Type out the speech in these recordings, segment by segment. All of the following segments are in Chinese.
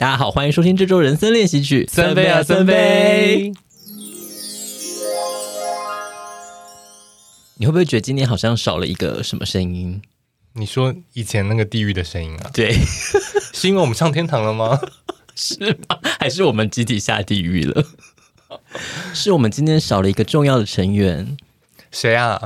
大家好，欢迎收听这周人生练习曲， 森飞啊森飞。 你会不会觉得今天好像少了一个什么声音？ 你说以前那个地狱的声音啊？ 对， 是因为我们上天堂了吗？ 是吗？还是我们集体下地狱了？是我们今天少了一个重要的成员。 谁啊？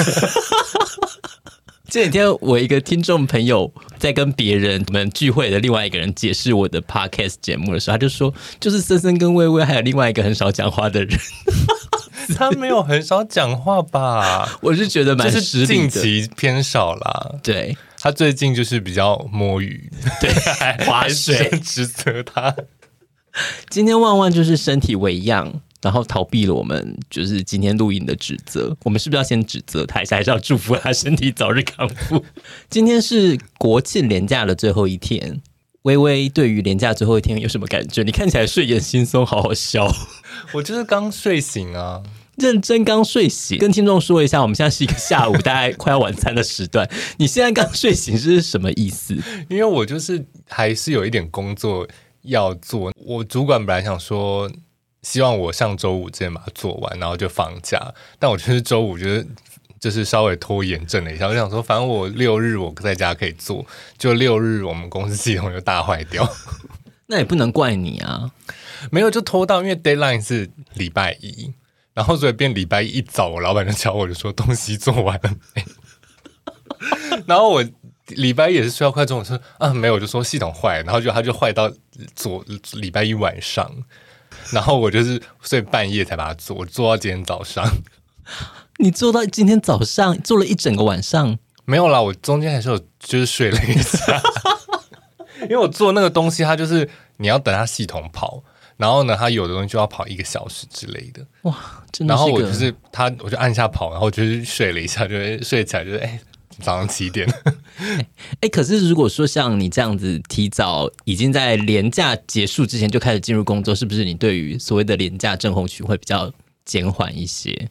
这几天我一个听众朋友在跟别人我们聚会的另外一个人解释我的 podcast 节目的时候，他就说就是森森跟薇薇还有另外一个很少讲话的人。 他没有很少讲话吧？ 我是觉得蛮失礼的， 就是近期偏少啦。 对， 他最近就是比较摸鱼， 对，划水指责他。 今天万万就是身体为恙，然后逃避了我们就是今天录音的指责。我们是不是要先指责他一下，还是要祝福他身体早日康复？今天是国庆连假的最后一天，微微对于连假最后一天有什么感觉？你看起来睡眼惺忪，好好笑。 我就是刚睡醒啊。 认真刚睡醒，跟听众说一下，我们现在是一个下午大概快要晚餐的时段。你现在刚睡醒是什么意思？ 因为我就是还是有一点工作要做，我主管本来想说希望我上周五之前把它做完，然后就放假，但我就是周五就是稍微拖延症了一下，我想说反正我6日我在家可以做，就6日我们公司系统就大坏掉。 那也不能怪你啊， 没有就拖到，因为 deadline 是礼拜一，然后所以变礼拜一早，我老板就敲我就说东西做完了没。然后我礼拜一也是睡到快中午，我说啊没有，我就说系统坏，然后他就坏到礼拜一晚上，然后我就是睡半夜才把它做，我做到今天早上。 你做到今天早上，做了一整个晚上？ 没有啦，我中间还是有就是睡了一下。因为我做那个东西，它就是你要等它系统跑，然后呢，它有的东西就要跑1个小时之类的。 哇，真的是一个。 然后我就按下跑，然后就是睡了一下，就会睡起来就是早上7点。 可是如果说像你这样子提早已经在连假结束之前就开始进入工作，是不是你对于所谓的连假症候群会比较减缓一些？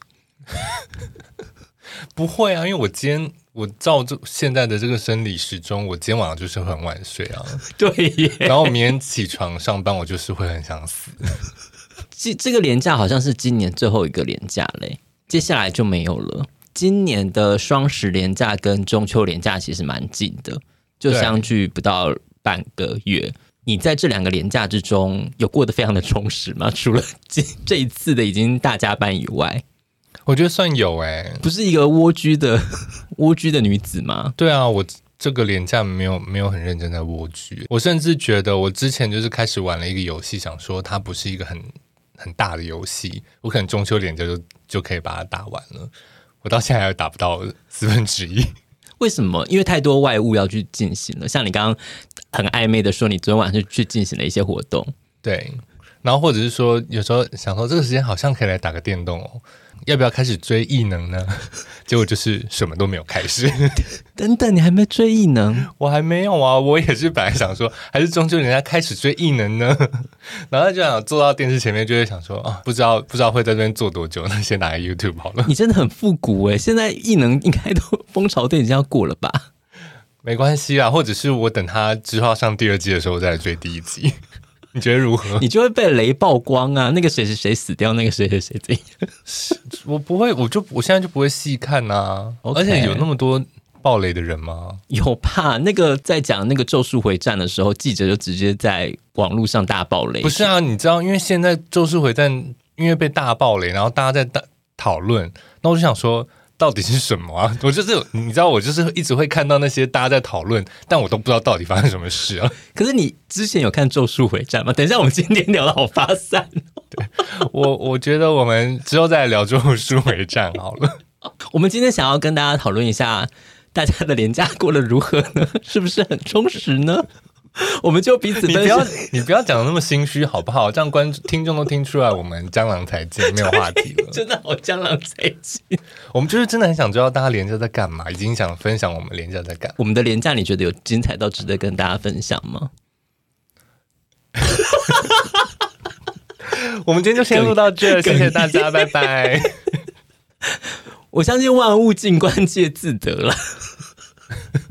不会啊，因为我照现在的这个生理时钟，我今天晚上就是很晚睡啊。 对耶。 然后明天起床上班，我就是会很想死。 这个连假好像是今年最后一个连假嘞，接下来就没有了。今年的双十连假跟中秋连假其实蛮近的，就相距不到半个月。你在这2个连假之中有过得非常的充实吗？除了这一次的已经大加班以外。 我觉得算有不是一个蜗居的女子吗？ 对啊，我这个连假没有很认真在蜗居，我甚至觉得我之前就是开始玩了一个游戏，想说它不是一个很大的游戏，我可能中秋连假就可以把它打完了，我到现在还打不到1/4。 为什么？因为太多外务要去进行了，像你刚刚很暧昧的说你昨天晚上去进行了一些活动。 对，然后或者是说有时候想说这个时间好像可以来打个电动哦，要不要开始追异能呢？结果就是什么都没有开始。 等等，你还没追异能？ 我还没有啊，我也是本来想说还是中秋人家开始追异能呢，然后就想坐到电视前面就会想说啊，不知道会在这边坐多久，那先打开 YouTube 好了。 你真的很复古现在异能应该都风潮都已经要过了吧？ 没关系啦，或者是我等他之后上第2季的时候再来追第1集。你觉得如何？ 你就会被雷曝光啊！那个谁谁谁死掉，那个谁谁谁这样。 我不会，我现在就不会细看啊。而且有那么多爆雷的人吗？ 有吧？那个在讲那个咒术回战的时候，记者就直接在网络上大爆雷。 不是啊，你知道，因为现在咒术回战因为被大爆雷，然后大家在讨论，那我就想说。到底是什么啊？我就是你知道，我就是一直会看到那些大家在讨论，但我都不知道到底发生什么事啊。 可是你之前有看《咒术回战》吗？等一下，我们今天聊得好发散。 对，我觉得我们之后再来聊《咒术回战》好了。 我们今天想要跟大家讨论一下，大家的连假过得如何呢？是不是很充实呢？我们就彼此分享。 你不要讲的那么心虚好不好？这样听众都听出来我们江郎才尽，没有话题了。 真的好江郎才尽。 我们就是真的很想知道大家连假在干嘛，已经想分享我们连假在干嘛。 我们的连假你觉得有精彩到值得跟大家分享吗？ 我们今天就先录到这，谢谢大家，拜拜。 我相信万物静观皆自得了。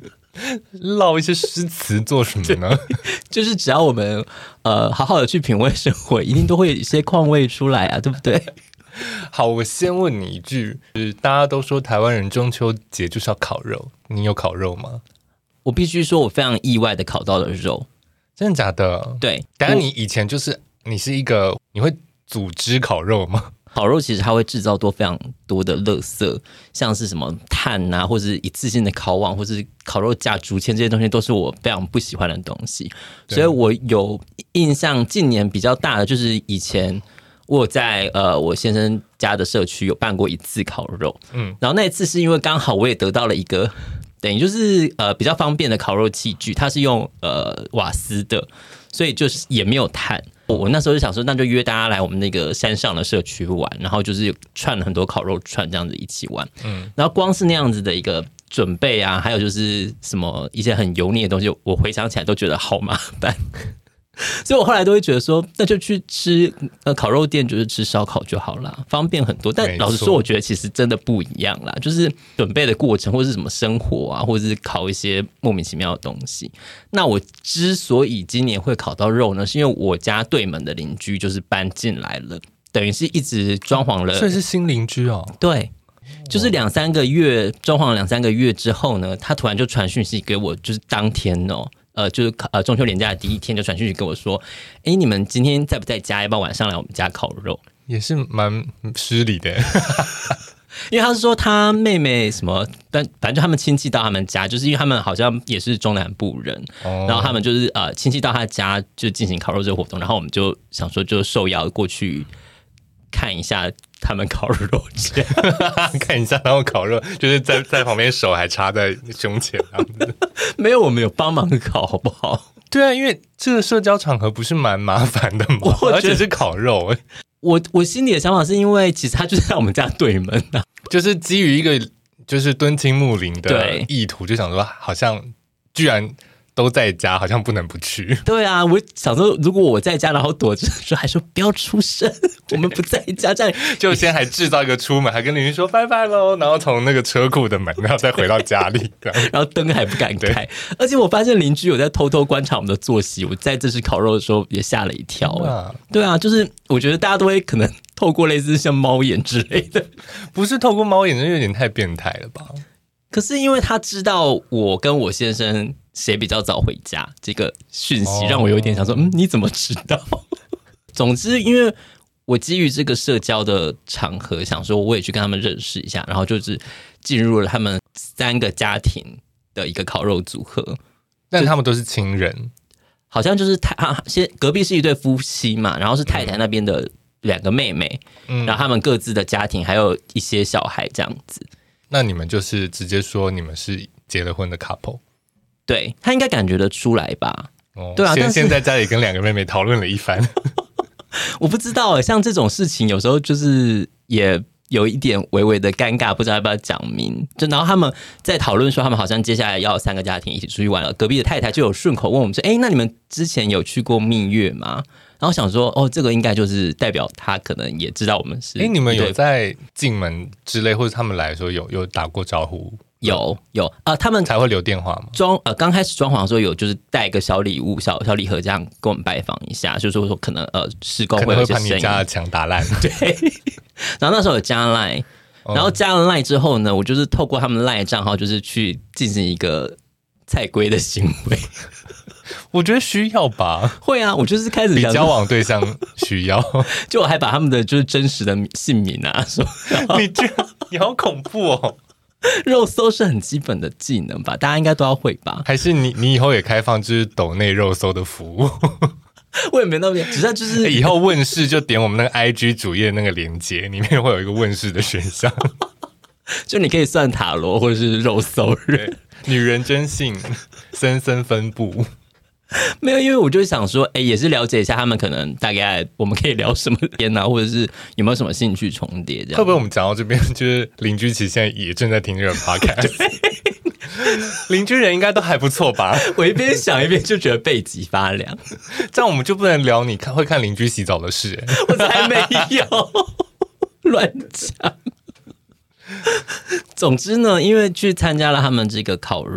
唠一些诗词做什么呢？ 就是只要我们好好的去品味生活，一定都会有一些况味出来啊，对不对？ 好，我先问你一句，就是大家都说台湾人中秋节就是要烤肉，你有烤肉吗？ 我必须说，我非常意外的烤到了肉。 真的假的？ 对， 等一下你以前就是你是一个你会组织烤肉吗？ 烤肉其实它会制造非常多的垃圾，像是什么碳啊，或是一次性的烤网，或是烤肉架、竹签这些东西，都是我非常不喜欢的东西。所以我有印象，近年比较大的就是以前我有在我先生家的社区有办过一次烤肉，然后那一次是因为刚好我也得到了一个等于就是比较方便的烤肉器具，它是用瓦斯的，所以就是也没有碳。我那时候就想说，那就约大家来我们那个山上的社区玩，然后就是串了很多烤肉串这样子一起玩。然后光是那样子的一个准备啊，还有就是什么一些很油腻的东西，我回想起来都觉得好麻烦。所以我后来都会觉得说，那就去吃烤肉店，就是吃烧烤就好啦，方便很多。但老实说，我觉得其实真的不一样啦，就是准备的过程，或是什么生火啊，或者是烤一些莫名其妙的东西。那我之所以今年会烤到肉呢，是因为我家对门的邻居就是搬进来了，等于是一直装潢了， 所以是新邻居哦。 对。就是2-3个月装潢了2-3个月之后呢，他突然就传讯息给我，就是当天哦。就是中秋连假的第一天就传讯息跟我说，你们今天在不在家？要不要晚上来我们家烤肉？也是蛮失礼的， 因为他是说他妹妹什么，但反正就他们亲戚到他们家，就是因为他们好像也是中南部人，然后他们就是亲戚到他家就进行烤肉这个活动，然后我们就想说就受邀过去看一下他们烤肉这样看一下他们烤肉，就是在旁边手还插在胸前这样子。 没有，我们有帮忙烤，好不好？ 对啊，因为这个社交场合不是蛮麻烦的吗？而且是烤肉。 我心里的想法是因为其实他就在我们家对门啊， 就是基于一个就是敦亲睦邻的意图，就想说好像居然都在家，好像不能不去。 对啊，我想说，如果我在家，然后躲着说，还说不要出声，我们不在家，这样就先还制造一个出门，还跟邻居说拜拜喽，然后从那个车库的门，然后再回到家里， 然后灯还不敢开。而且我发现邻居有在偷偷观察我们的作息，我在这次烤肉的时候也吓了一跳。对啊，就是我觉得大家都会可能透过类似像猫眼之类的， 不是透过猫眼，那有点太变态了吧？ 可是因为他知道我跟我先生谁比较早回家这个讯息，让我有一点想说，你怎么知道？总之，因为我基于这个社交的场合，想说我也去跟他们认识一下，然后就是进入了他们3个家庭的一个烤肉组合。 但他们都是亲人， 好像就是隔壁是一对夫妻嘛，然后是太太那边的2个妹妹，然后他们各自的家庭还有一些小孩这样子。 那你们就是直接说你们是结了婚的 couple？ 对，他应该感觉得出来吧？对啊， 先在家里跟2个妹妹讨论了一番。 我不知道像这种事情有时候就是也有一点微微的尴尬，不知道要不要讲明。然后他们在讨论说他们好像接下来要3个家庭一起出去玩了，隔壁的太太就有顺口问我们说，那你们之前有去过蜜月吗？然后想说这个应该就是代表他可能也知道我们是。 你们有在进门之类，或者他们来的时候有打过招呼？ 有他们才会留电话吗？ 刚开始装潢的时候有就是带一个小礼物、小礼盒这样跟我们拜访一下，就是说可能施工会有一些声音， 可能会把你家的墙打烂。 对，然后那时候有加 LINE， 然后加了 LINE 之后呢，我就是透过他们 LINE 账号，就是去进行一个菜龟的行为。 我觉得需要吧。 会啊，我就是开始比交往对象需要， 就我还把他们的就是真实的姓名啊说， 你好恐怖哦。 肉搜是很基本的技能吧，大家应该都要会吧？ 还是你以后也开放就是抖内肉搜的服务？ 我也没那么，只是就是以后问世就点我们那个 IG 主页那个连结，里面会有一个问世的选项， 就你可以算塔罗或者是肉搜人， 女人真性，森森分布。 没有，因为我就想说，也是了解一下他们可能大概我们可以聊什么天啊，或者是有没有什么兴趣重叠这样。 会不会我们讲到这边，就是邻居其实现在也正在听这个 podcast， 邻居人应该都还不错吧？ 我一边想一边就觉得背脊发凉， 这样我们就不能聊你会看邻居洗澡的事。 我才没有乱讲。总之呢，因为去参加了他们这个烤肉。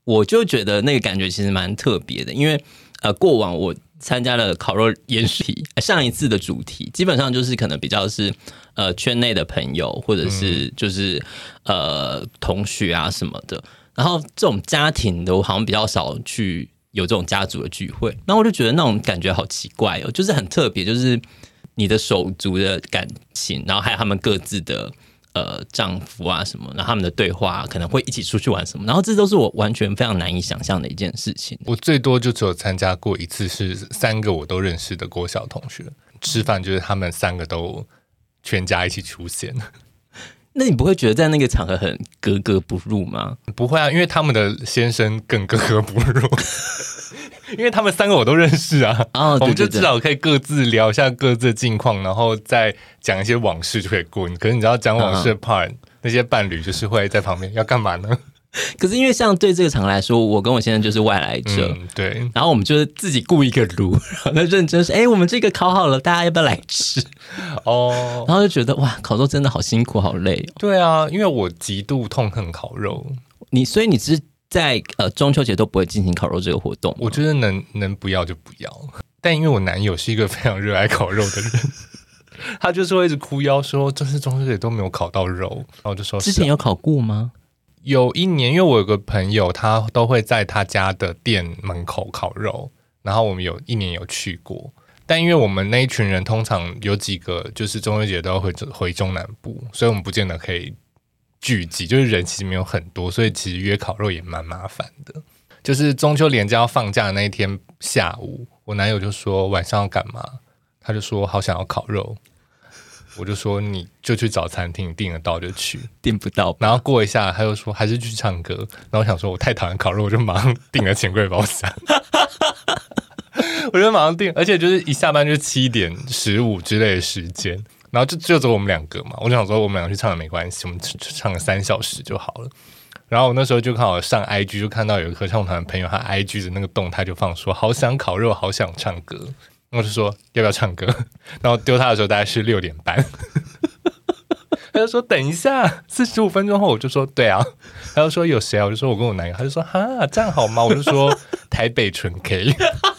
我就觉得那个感觉其实蛮特别的，因为过往我参加了烤肉研习题，上一次的主题基本上就是可能比较是圈内的朋友或者是就是同学啊什么的，然后这种家庭的我好像比较少去有这种家族的聚会，然后我就觉得那种感觉好奇怪哦，就是很特别，就是你的手足的感情，然后还有他们各自的丈夫啊什么，然后他们的对话可能会一起出去玩什么，然后这都是我完全非常难以想象的一件事情。 我最多就只有参加过一次，是3个我都认识的国小同学吃饭，就是他们3个都全家一起出现。 那你不会觉得在那个场合很格格不入吗？ 不会啊，因为他们的先生更格格不入。因为他们3个我都认识啊， 哦， 我们就至少可以各自聊一下各自的近况，然后再讲一些往事就可以过。可是你知道讲往事的 part，那些伴侣就是会在旁边要干嘛呢？ 可是因为像对这个场来说，我跟我先生就是外来者， 对， 然后我们就是自己雇一个炉，然后那认真说，我们这个烤好了，大家要不要来吃？哦，然后就觉得哇，烤肉真的好辛苦，好累哦。 对啊，因为我极度痛恨烤肉， 所以你是在中秋节都不会进行烤肉这个活动吗？ 我觉得能不要就不要，但因为我男友是一个非常热爱烤肉的人。他就是会一直哭腰说这次中秋节都没有烤到肉，然后我就说之前有烤过吗？ 有一年，因为我有个朋友，他都会在他家的店门口烤肉，然后我们有一年有去过，但因为我们那一群人通常有几个就是中秋节都要回中南部，所以我们不见得可以聚集，就是人其实没有很多，所以其实约烤肉也蛮麻烦的。就是中秋连假要放假的那一天下午，我男友就说晚上要干嘛，他就说好想要烤肉。我就说你就去找餐厅，订得到就去， 订不到。 然后过一下，他又说还是去唱歌。然后我想说，我太讨厌烤肉，我就马上订了钱柜包厢。我就马上订，而且就是一下班就7点15之类的时间，然后就只有我们2个嘛。我就想说，我们2个去唱也没关系，我们唱个3小时就好了。然后我那时候就刚好上 IG， 就看到有一个合唱团的朋友，他 IG 的那个动态就放说，好想烤肉，好想唱歌。我就说要不要唱歌，然后丢他的时候大概是6点半，他就说等一下45分钟后，我就说对啊，他就说有谁啊，我就说我跟我男友，他就说哈这样好吗？我就说台北纯 K，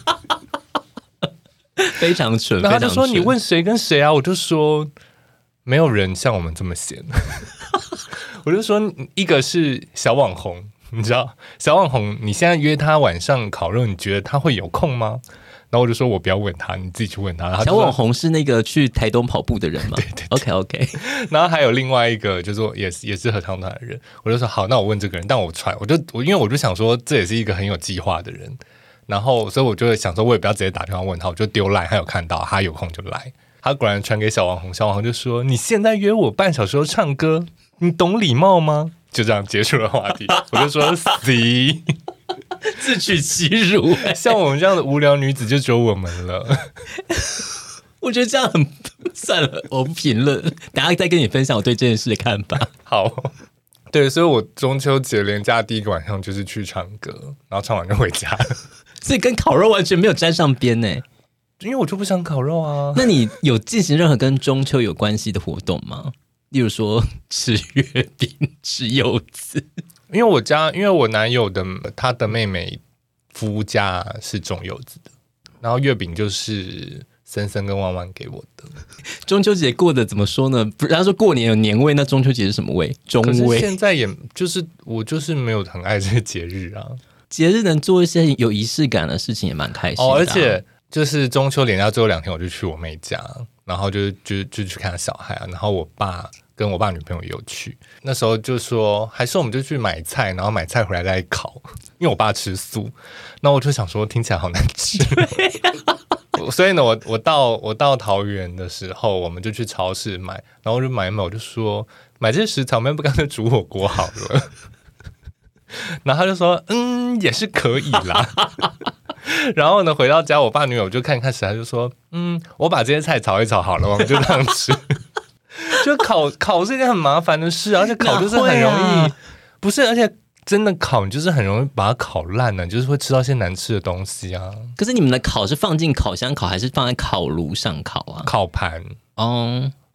非常纯， 然后他就说你问谁跟谁啊？我就说没有人像我们这么闲，我就说一个是小网红，你知道小网红，你现在约他晚上烤肉，你觉得他会有空吗？然后我就说我不要问他，你自己去问他。 小网红是那个去台东跑步的人吗？ 对对 ，OK。 然后还有另外一个，就是也是合唱团的人，我就说好，那我问这个人，但我因为我就想说这也是一个很有计划的人，然后所以我就想说我也不要直接打电话问他，我就丢 LINE，他有看到，他有空就来。他果然传给小网红，小网红就说你现在约我半小时后唱歌，你懂礼貌吗？就这样结束了话题。我就说 C。 自取其辱， 像我们这样的无聊女子就只有我们了。 我觉得这样很算了，我不评论，等一下再跟你分享我对这件事的看法。 好，对，所以我中秋节连假第一个晚上就是去唱歌，然后唱完就回家了。 所以跟烤肉完全没有沾上边呢， 因为我就不想烤肉啊。 那你有进行任何跟中秋有关系的活动吗？例如说吃月饼、吃柚子。 因为我男友的他的妹妹夫家是种柚子的，然后月饼就是森森跟万万给我的。 中秋节过得怎么说呢？人家说过年有年味，那中秋节是什么味？中味。 可是现在也就是我就是没有很爱这个节日啊。 节日能做一些有仪式感的事情也蛮开心的而且就是中秋连假最后2天，我就去我妹家，然后就去看小孩啊，然后我爸跟我爸女朋友也有去，那时候就说还是我们就去买菜，然后买菜回来再烤，因为我爸吃素，那我就想说听起来好难吃，所以呢，我到桃园的时候，我们就去超市买，然后就买一买，我就说买这些食材，我们不干脆煮火锅好了，然后他就说也是可以啦。然后呢，回到家，我爸女友就看食材，就说我把这些菜炒一炒好了，我们就这样吃。就烤是一件很麻烦的事，而且烤就是很容易，不是，而且真的烤，你就是很容易把它烤烂了，就是会吃到一些难吃的东西啊。 可是你们的烤是放进烤箱烤，还是放在烤炉上烤啊？ 烤盘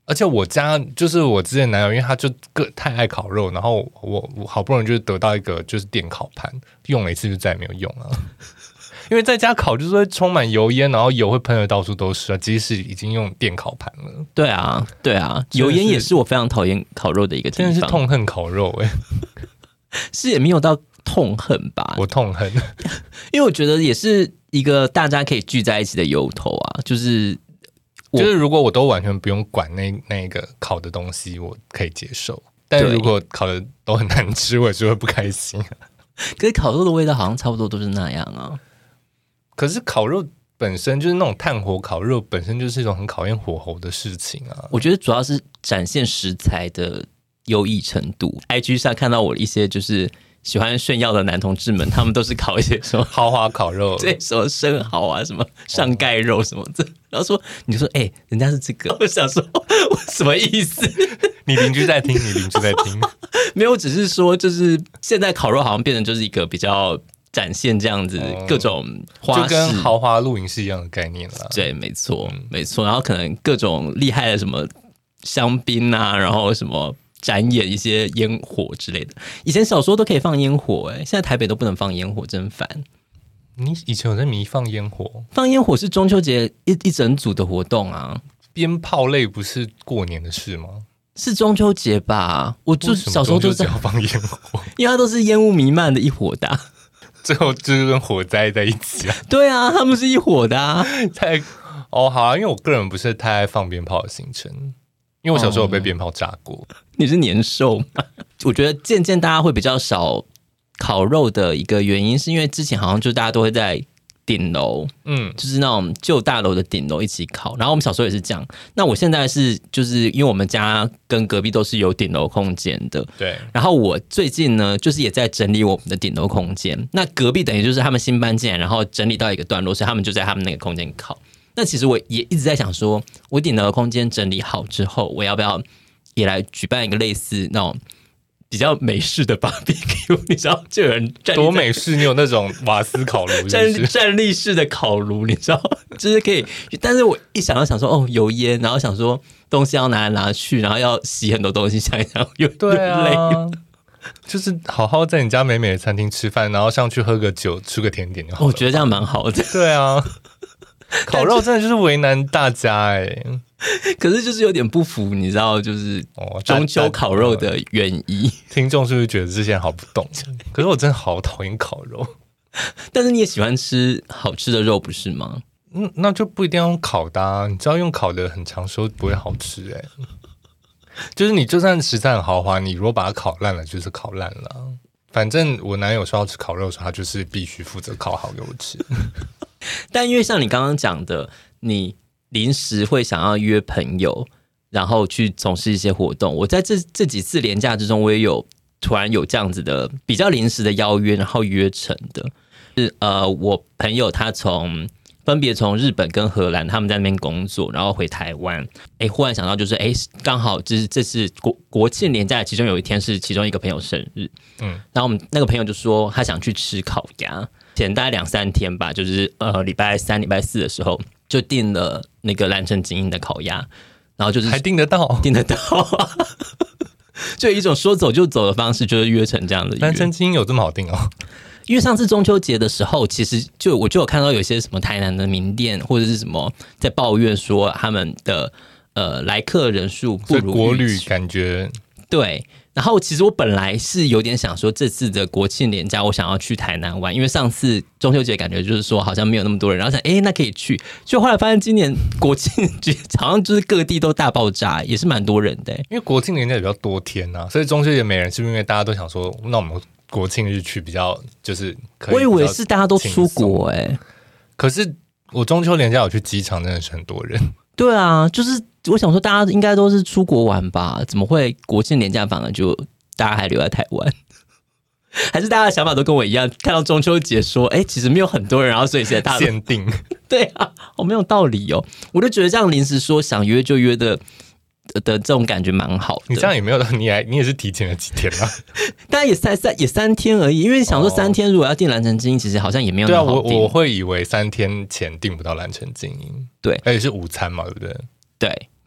而且我家就是我之前男友，因为他就太爱烤肉，然后我好不容易就是得到一个就是电烤盘，用了一次就再也没有用了。因为在家烤就是会充满油烟，然后油会喷得到处都是啊。即使已经用电烤盘了， 对啊，对啊，油烟也是我非常讨厌烤肉的一个地方， 真的是痛恨烤肉是也没有到痛恨吧？ 我痛恨， 因为我觉得也是一个大家可以聚在一起的由头啊，就是如果我都完全不用管那个烤的东西，我可以接受。但是如果烤的都很难吃，我也是会不开心。 可是烤肉的味道好像差不多都是那样啊。 可是烤肉本身就是那种炭火烤肉，本身就是一种很考验火候的事情啊。 我觉得主要是展现食材的优异程度。IG 上看到我一些就是喜欢炫耀的男同志们，他们都是烤一些什么豪华烤肉， 对，什么生蚝啊，什么上盖肉什么的。然后说，你就说，人家是这个，我想说，我什么意思？ 你邻居在听，你邻居在听。 没有，只是说，就是现在烤肉好像变成就是一个比较展现这样子各种花式， 就跟豪华露营是一样的概念啦。 对，没错，没错。然后可能各种厉害的什么香槟啊，然后什么展演一些烟火之类的。以前小时候都可以放烟火，现在台北都不能放烟火，真烦。 你以前有在迷放烟火？ 放烟火是中秋节一整组的活动啊。 鞭炮类不是过年的事吗？ 是中秋节吧？我就小时候就要放烟火， 因为它都是烟雾弥漫的一伙的最后就是跟火灾在一起啊。 对啊，他们是一伙的好啊，因为我个人不是太爱放鞭炮的行程，因为我小时候有被鞭炮炸过。 你是年兽吗？我觉得渐渐大家会比较少烤肉的一个原因，是因为之前好像就大家都会在顶楼，就是那种旧大楼的顶楼一起烤。然后我们小时候也是这样。那我现在是就是因为我们家跟隔壁都是有顶楼空间的， 对。 然后我最近呢，就是也在整理我们的顶楼空间。那隔壁等于就是他们新搬进来，然后整理到一个段落，所以他们就在他们那个空间烤。那其实我也一直在想说，我顶楼的空间整理好之后，我要不要也来举办一个类似那种比较美式的 barbecue， 你知道，就有人多美式，你有那种瓦斯烤炉站立式的烤炉，你知道，就是可以。但是我一想到想说，油烟，然后想说东西要拿来拿去，然后要洗很多东西，想一想又累了。 就是好好在你家美美的餐厅吃饭，然后上去喝个酒，吃个甜点就好了。 我觉得这样蛮好的。 对啊，烤肉真的就是为难大家可是就是有点不服，你知道，就是中秋烤肉的原意。 听众是不是觉得这些人好不懂？可是我真的好讨厌烤肉。 但是你也喜欢吃好吃的肉，不是吗？ 那就不一定要用烤的啊，你知道用烤的很长时候不会好吃就是你就算食材很豪华，你如果把它烤烂了，就是烤烂了。反正我男友说要吃烤肉的时候，他就是必须负责烤好给我吃。 但因为像你刚刚讲的，你临时会想要约朋友，然后去从事一些活动。我在这几次连假之中，我也有突然有这样子的比较临时的邀约，然后约成的。是我朋友他分别从日本跟荷兰，他们在那边工作，然后回台湾。忽然想到就是刚好就是这次国庆连假，其中有一天是其中一个朋友生日，然后我们那个朋友就说他想去吃烤鸭，前大概2-3天吧，就是礼拜3、礼拜4的时候就订了那个蓝城精英的烤鸭，然后就是还订得到， 就有一种说走就走的方式，就是约成这样的。 蓝城精英有这么好订哦？ 因为上次中秋节的时候，其实我就有看到有些什么台南的名店或者是什么在抱怨说他们的来客人数不如预期， 国旅感觉对。然后其实我本来是有点想说，这次的国庆连假我想要去台南玩，因为上次中秋节感觉就是说好像没有那么多人，然后想那可以去，就后来发现今年国庆节好像就是各地都大爆炸，也是蛮多人的。 因为国庆连假比较多天啊，所以中秋节没人，是不是因为大家都想说，那我们国庆日去比较就是可以？ 我以为是大家都出国可是我中秋连假有去机场，真的是很多人。 对啊，就是我想说大家应该都是出国玩吧，怎么会国庆连假反而就大家还留在台湾？还是大家的想法都跟我一样，看到中秋节说其实没有很多人，然后所以现在大家限定。对啊， 好没有道理哦。我就觉得这样临时说想约就约的这种感觉蛮好的。 你这样也没有，你也是提前了几天啊？ 当然也3天而已，因为想说3天如果要订蓝城精英，其实好像也没有那么好订。 对啊，我会以为3天前订不到蓝城精英， 对， 而且是午餐嘛，对不对？ 对，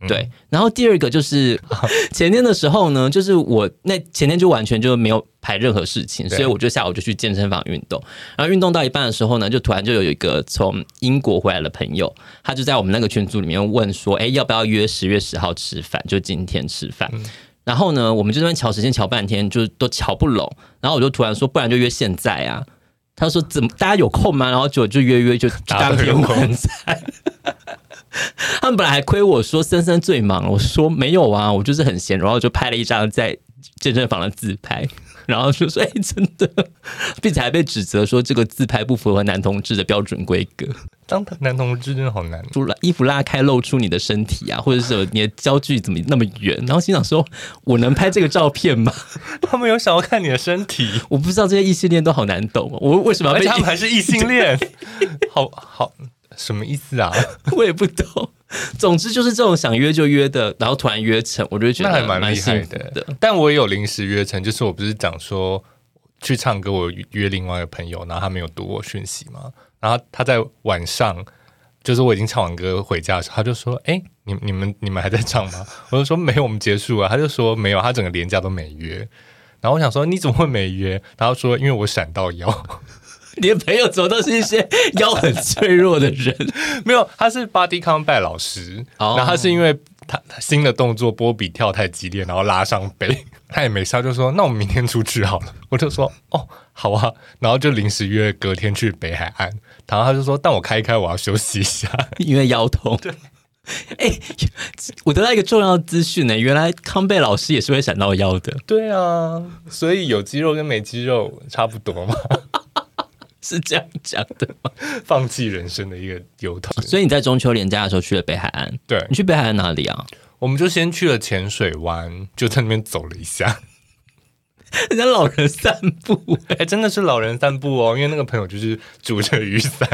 对，然后第二个就是前天的时候呢，就是我那前天就完全就没有排任何事情，所以我就下午就去健身房运动。然后运动到一半的时候呢，就突然就有一个从英国回来的朋友，他就在我们那个群组里面问说：“哎，要不要约10月10号吃饭？就今天吃饭。然后呢，我们就这边瞧时间瞧半天，就都瞧不拢。然后我就突然说：“不然就约现在啊。”他说：“怎么大家有空吗？”然后就约就当天晚餐。他们本来还亏我说森森最忙，我说没有啊，我就是很闲，然后就拍了一张在健身房的自拍，然后就说真的，并且还被指责说这个自拍不符合男同志的标准规格。 当男同志真的好难， 衣服拉开露出你的身体啊，或者是你的焦距怎么那么远？然后心想说，我能拍这个照片吗？ 他们有想要看你的身体， 我不知道这些异性恋都好难懂，我为什么要被？ 而且他们还是异性恋，好。什么意思啊？ 我也不懂。总之就是这种想约就约的，然后突然约成，我就觉得那还蛮厉害的。但我也有临时约成，就是我不是讲说去唱歌，我约另外一个朋友，然后他没有读我讯息嘛，然后他在晚上，就是我已经唱完歌回家的时候，他就说：“哎，你们还在唱吗？”我就说：“没有，我们结束了。”他就说：“没有，他整个连假都没约。”然后我想说：“你怎么会没约？”然后说：“因为我闪到腰。” 你的朋友怎么都是一些腰很脆弱的人？ 没有，他是 Body Combat 老师，然后他是因为他新的动作波比跳太激烈，然后拉伤背，他也没笑，就说那我们明天出去好了。我就说哦好啊，然后就临时约隔天去北海岸，然后他就说但我开一开我要休息一下， 因为腰痛。对。我得到一个重要的资讯呢，原来康贝老师也是会闪到腰的。 对啊，所以有肌肉跟没肌肉差不多嘛。 是这样讲的吗？ 放弃人生的一个由头。 所以你在中秋连假的时候去了北海岸？ 对， 你去北海岸哪里啊？ 我们就先去了浅水湾，就在那边走了一下。 人家老人散步， 真的是老人散步哦，因为那个朋友就是拄着雨伞。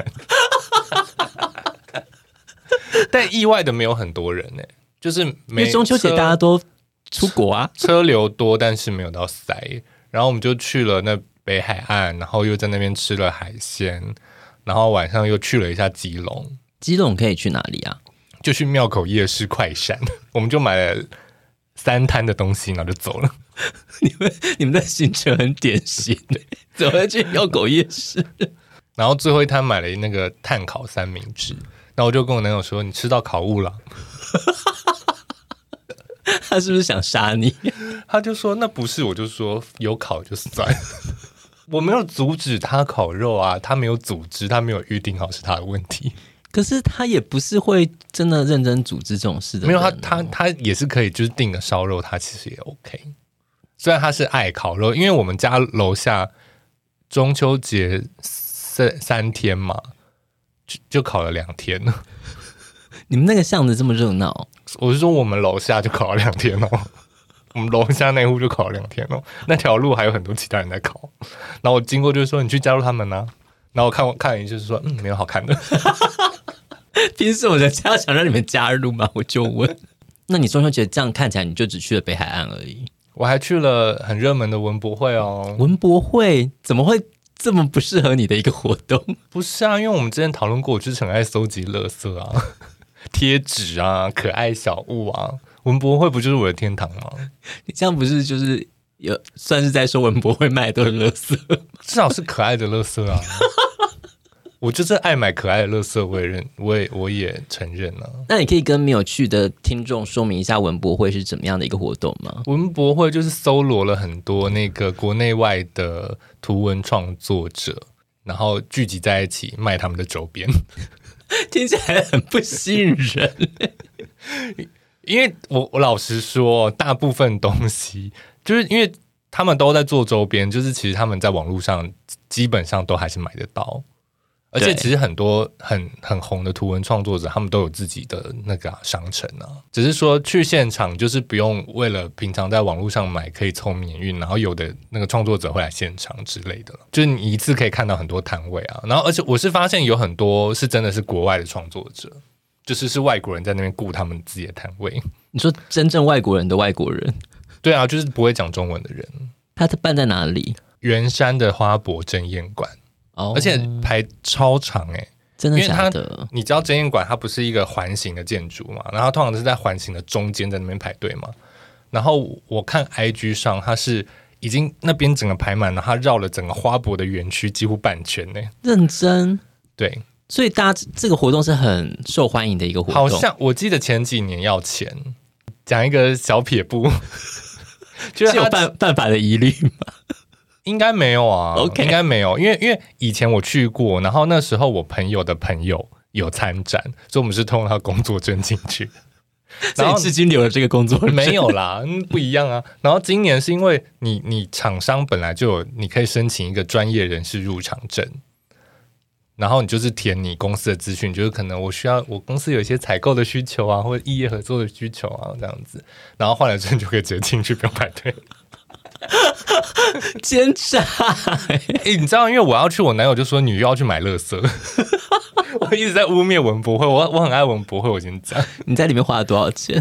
但意外的没有很多人呢，就是因为中秋节大家都出国啊， 车流多，但是没有到塞。然后我们就去了那北海岸，然后又在那边吃了海鲜，然后晚上又去了一下基隆。 基隆可以去哪里啊？ 就去庙口夜市快闪，我们就买了3摊的东西，然后就走了。 你们的行程很典型，怎么会去庙口夜市？ 然后最后一摊买了那个炭烤三明治，然后我就跟我男友说：“你吃到烤物了。” 他是不是想杀你？ 他就说：“那不是。”我就说：“有烤就算。”我没有阻止他烤肉啊，他没有组织，他没有预定好是他的问题。 可是他也不是会真的认真组织这种事的人、 没有他也是可以，就是订个烧肉，他其实也 OK。虽然他是爱烤肉，因为我们家楼下中秋节3天嘛，就烤了2天了。 你们那个巷子这么热闹？ 我是说我们楼下就烤了2天哦。我们楼下那户就烤了2天哦，那条路还有很多其他人在烤，然后我经过就是说你去加入他们啊，然后我看了一就是说没有好看的。 凭什么人家想让你们加入吗？我就问。那你中秋节这样看起来你就只去了北海岸而已？ 我还去了很热门的文博会哦。 文博会怎么会这么不适合你的一个活动？ 不是啊，因为我们之前讨论过，我就是很爱搜集垃圾啊，贴纸啊，可爱小物啊。文博会不就是我的天堂吗？ 你这样不是就是有算是在说文博会卖的都是垃圾？ 至少是可爱的垃圾啊。我就是爱买可爱的垃圾，我也承认了。 那你可以跟没有去的听众说明一下文博会是怎么样的一个活动吗？ 文博会就是搜罗了很多那个国内外的图文创作者，然后聚集在一起卖他们的周边。 听起来很不吸引人。 因为我老实说，大部分东西就是因为他们都在做周边，就是其实他们在网络上基本上都还是买得到，而且其实很多很红的图文创作者，他们都有自己的那个商城啊。只是说去现场就是不用为了平常在网络上买可以凑免运，然后有的那个创作者会来现场之类的，就是你一次可以看到很多摊位啊。然后而且我是发现有很多是真的是国外的创作者。就是外国人在那边顾他们自己的摊位。 你说真正外国人的外国人？ 对啊，就是不会讲中文的人。 他办在哪里？ 圆山的花博珍宴馆。而且排超长真的假的？ 你知道珍宴馆它不是一个环形的建筑嘛，然后它通常是在环形的中间在那边排队嘛，然后我看 IG 上它是已经那边整个排满了，它绕了整个花博的园区几乎半圈呢。 认真？ 对， 所以大家这个活动是很受欢迎的一个活动。 好像我记得前几年要钱。讲一个小撇步， 就是有犯法的疑虑吗？ 应该没有啊 ，OK， 应该没有，因为以前我去过，然后那时候我朋友的朋友有参展，所以我们是通过他工作证进去， 所以至今留了这个工作证没有啦，不一样啊。然后今年是因为你厂商本来就有，你可以申请一个专业人士入场证。然后你就是填你公司的资讯，就是可能我公司有一些采购的需求啊，或者异业合作的需求啊，这样子，然后换了证就可以直接进去，不用排队。 奸诈！ 你知道，因为我要去，我男友就说你又要去买垃圾，我一直在污蔑文博会，我很爱文博会，我先讲。 你在里面花了多少钱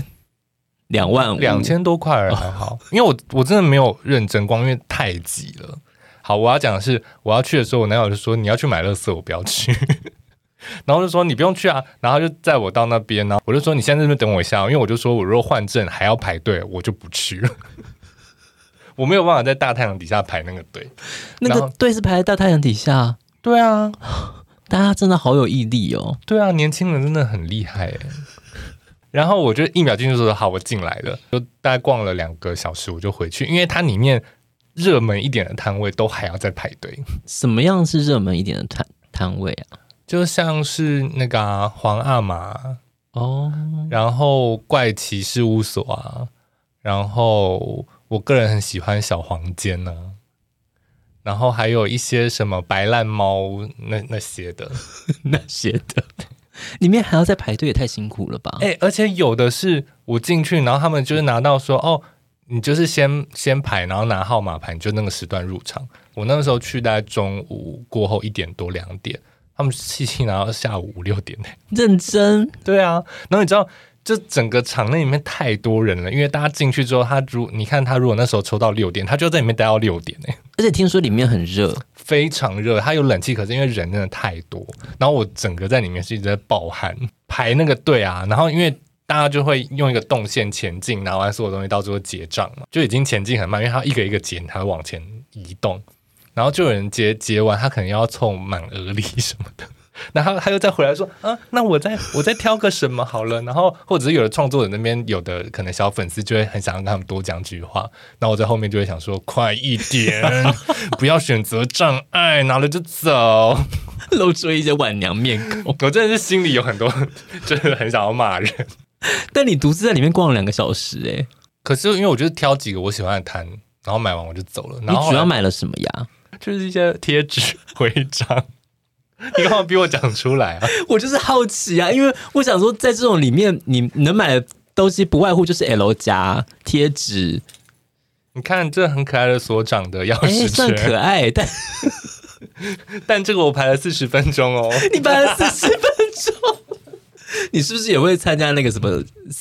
？2500 多块而已，还好，因为我真的没有认真逛，因为太挤了。好，我要讲的是，我要去的时候，我男友就说你要去买垃圾，我不要去。然后就说你不用去啊，然后就载我到那边，然后我就说你现在在那边等我一下，因为我就说我如果换证还要排队，我就不去了。我没有办法在大太阳底下排那个队， 那个队是排在大太阳底下。 对啊， 大家真的好有毅力哦。 对啊，年轻人真的很厉害耶。然后我就一秒进去说好，我进来了，就大概逛了2个小时，我就回去，因为它里面热门一点的摊位都还要再排队。 什么样是热门一点的摊位啊？ 就像是那个黄阿玛哦，然后怪奇事务所啊，然后我个人很喜欢小黄间呢、然后还有一些什么白烂猫那些的那些的，里面还要再排队，也太辛苦了吧？ 而且有的是我进去，然后他们就是拿到说哦，你就是先排，然后拿号码牌，你就那个时段入场。我那个时候去大概中午过后1点多2点。他们气拿到下午5、6点呢， 认真？ 对啊，然后你知道，就整个场内里面太多人了，因为大家进去之后，你看他如果那时候抽到6点，他就在里面待到6点呢。 而且听说里面很热， 非常热，它有冷气，可是因为人真的太多，然后我整个在里面是一直在暴汗，排那个队啊，然后因为大家就会用一个动线前进，拿完所有东西到最后结账嘛，就已经前进很慢，因为它一个一个结，它会往前移动。然后就有人结完，他可能要凑满额礼什么的，然后他又再回来说啊，那我再挑个什么好了，然后或者是有的创作者那边有的可能小粉丝就会很想让他们多讲句话，然后我在后面就会想说快一点，不要选择障碍，拿了就走， 露出一些晚娘面孔。 我真的是心里有很多，就是很想要骂人。 但你独自在里面逛了2个小时可是因为我就是挑几个我喜欢的摊，然后买完我就走了。然后你主要买了什么呀？ 就是一些贴纸、徽章。你干嘛逼我讲出来啊？ 我就是好奇啊，因为我想说，在这种里面，你能买的东西不外乎就是 L 夹贴纸。 你看，这很可爱的所长的钥匙圈， 算可爱， 但这个我排了40分钟哦。 你排了40分钟，你是不是也会参加那个什么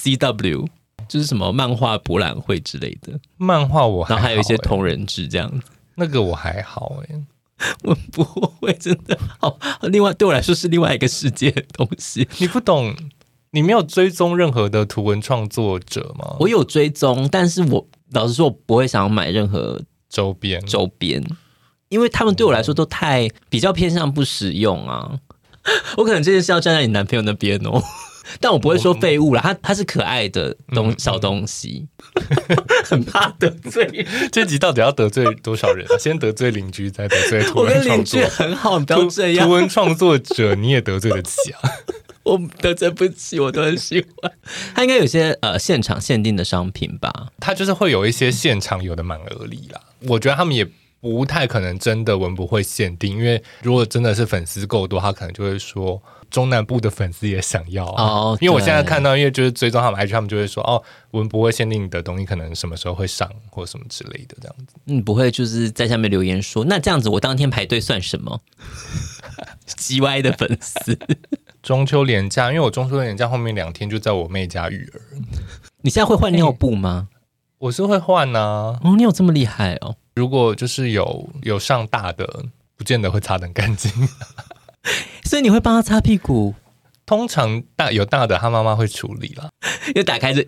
CW， 就是什么漫画博览会之类的？ 漫画我还好， 然后还有一些同人志这样子。 那个我还好我不会，真的好。另外对我来说是另外一个世界的东西。 你不懂，你没有追踪任何的图文创作者吗？ 我有追踪，但是我老实说，我不会想要买任何周边， 因为他们对我来说都太比较偏向不实用啊。我可能这件事要站在你男朋友那边哦。但我不会说废物啦，它是可爱的小东西，很怕得罪。 这集到底要得罪多少人啊？先得罪邻居，再得罪图文创作。 我跟邻居很好，你不要这样。 图文创作者你也得罪得起啊？ 我得罪不起，我都很喜欢。它应该有些现场限定的商品吧？ 它就是会有一些现场有的满额礼啦。我觉得他们也不太可能真的文博会限定，因为如果真的是粉丝够多，他可能就会说中南部的粉丝也想要哦。 因为我现在看到，因为就是追踪他们 IG， 他们就会说哦，文博会限定的东西可能什么时候会上或什么之类的这样子。 不会就是在下面留言说，那这样子我当天排队算什么？叽歪的粉丝。 中秋连假，因为我中秋连假后面2天就在我妹家育儿。 你现在会换尿布吗？ 我是会换啊。 哦，你有这么厉害哦？ 如果就是有上大的，不见得会擦得很干净。 所所以你会帮他擦屁股？ 通常有大的，他妈妈会处理啦， 又打开就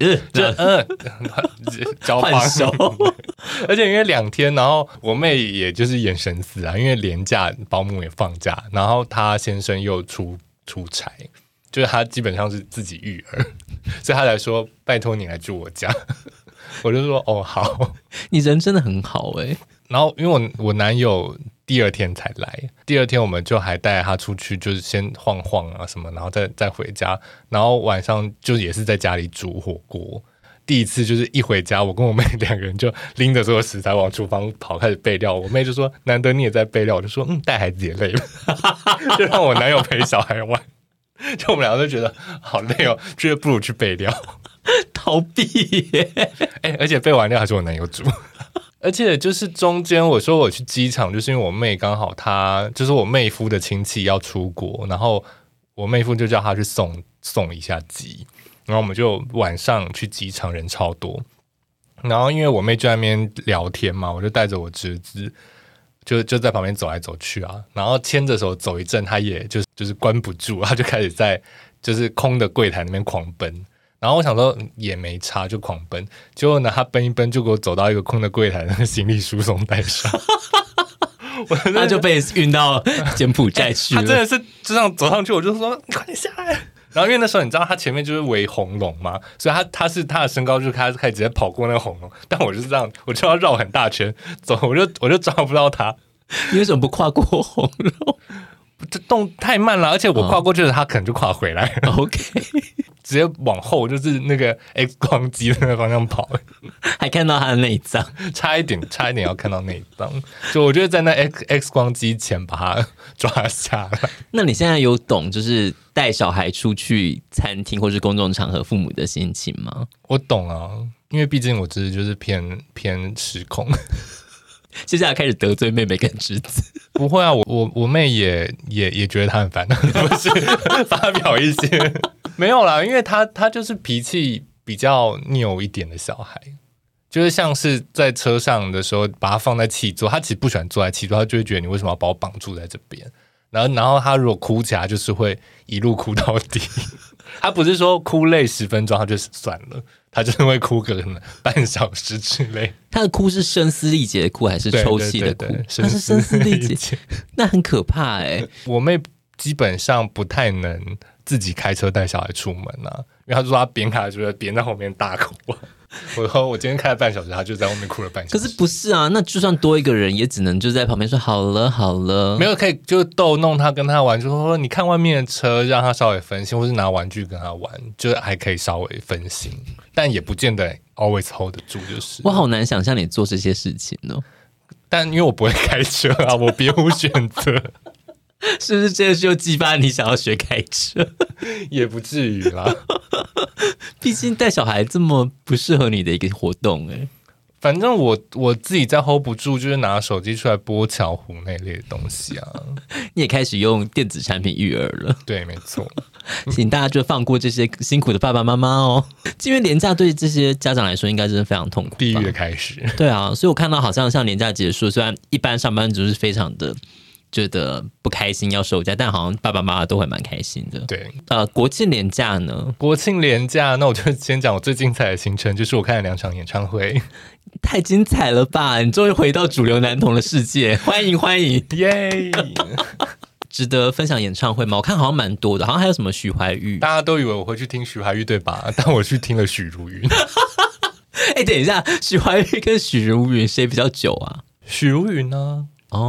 交换手， 而且因为2天，然后我妹也就是眼神死啊，因为连假保姆也放假，然后她先生又出差，就是他基本上是自己育儿，所以他才说拜托你来住我家，我就说哦好， 你人真的很好欸。 然后因为我男友第2天才来，第2天我们就还带他出去，就是先晃晃啊什么，然后再回家，然后晚上就也是在家里煮火锅。第一次就是一回家，我跟我妹2个人就拎着所有食材往厨房跑，开始备料。我妹就说：“难得你也在备料。”我就说：“带孩子也累了。”就让我男友陪小孩玩。就我们2个都觉得好累哦，觉得不如去备料， 逃避耶。 而且备完料还是我男友煮。而且就是中间我说我去机场，就是因为我妹刚好她就是我妹夫的亲戚要出国，然后我妹夫就叫她去送一下机，然后我们就晚上去机场，人超多，然后因为我妹就在那边聊天嘛，我就带着我侄子就在旁边走来走去啊，然后牵着手走一阵，她也就是关不住，她就开始在就是空的柜台那边狂奔。然后我想说也没差，就狂奔。结果呢，他奔一奔就给我走到一个空的柜台，那个行李输送带上， 他就被运到柬埔寨去了。 他真的是就这样走上去，我就说你快点下来。然后因为那时候你知道他前面就是围红龙嘛，所以他的身高就开始直接跑过那个红龙，但我就是这样，我就要绕很大圈走，我就抓不到他。 你为什么不跨过红龙？ 这动太慢了，而且我跨过去了，他可能就跨回来了。 OK。 直接往后就是那个 X 光机的那个方向跑， 还看到他的内脏， 差一点要看到内脏，就我觉得在那 X 光机前把他抓下来。 那你现在有懂就是带小孩出去餐厅或是公众场合父母的心情吗？ 我懂啊，因为毕竟我侄子就是偏失控。 接下来开始得罪妹妹跟侄子。 不会啊，我妹也觉得他很烦，不是发表一些没有啦，因为他就是脾气比较拗一点的小孩，就是像是在车上的时候把他放在汽座，他其实不喜欢坐在汽座，他就会觉得你为什么要把我绑住在这边，然后他如果哭起来就是会一路哭到底，他不是说哭累10分钟他就算了，他就是会哭个半小时之类。他的哭是声嘶力竭的哭还是抽泣的哭？他是声嘶力竭，那很可怕欸。 我妹基本上不太能自己开车带小孩出门啊，因为她说她边开就会边在后面大哭。我今天开了半小时，她就在后面哭了半小时。 可是不是啊，那就算多一个人，也只能就在旁边说好了好了， 没有可以就逗弄她跟她玩，就说你看外面的车，让她稍微分心，或是拿玩具跟她玩，就还可以稍微分心，但也不见得 always hold 得住。就是我好难想象你做这些事情哦， 但因为我不会开车啊，我别无选择。 是不是这就激发你想要学开车？ 也不至于啦， 毕竟带小孩这么不适合你的一个活动欸。 反正我自己在 hold 不住，就是拿手机出来拨巧虎那类的东西啊。 你也开始用电子产品育儿了？ 对，没错。 请大家就放过这些辛苦的爸爸妈妈哦，因为连假对这些家长来说应该真的非常痛苦， 地狱的开始。 对啊，所以我看到好像连假结束，虽然一般上班族是非常的觉得不开心要收假，但好像爸爸妈妈都会蛮开心的。 对， 国庆连假呢？ 国庆连假，那我就先讲我最精彩的行程，就是我看了2场演唱会。 太精彩了吧！你终于回到主流男童的世界，欢迎欢迎， 耶！ 值得分享演唱会吗？我看好像蛮多的，好像还有什么许怀玉， 大家都以为我会去听许怀玉对吧？但我去听了许茹芸。 等一下，许怀玉跟许茹芸谁比较久啊？ 许茹芸呢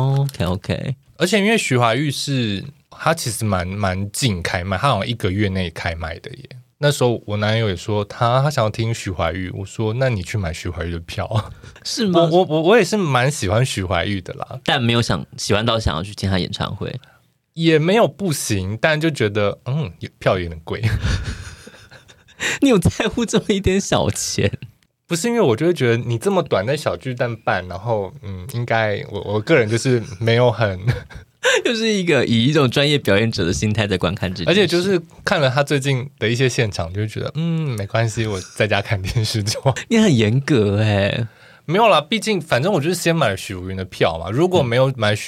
？OK， 而且因为许怀玉是他其实蛮近开卖，他好像1个月内开卖的耶。那时候我男友也说他想要听许怀玉，我说那你去买许怀玉的票。 是吗？ 我也是蛮喜欢许怀玉的啦， 但没有喜欢到想要去听他演唱会， 也没有不行，但就觉得票有点贵。 你有在乎这么一点小钱？ 不是，因为我就会觉得你这么短在小巨蛋办，然后应该我个人就是没有很。 就是以一种专业表演者的心态在观看这件事， 而且就是看了他最近的一些现场，就会觉得没关系，我在家看电视就好。 你很严格欸。 没有啦，毕竟反正我就是先买了许茹芸的票嘛，如果没有买许茹芸，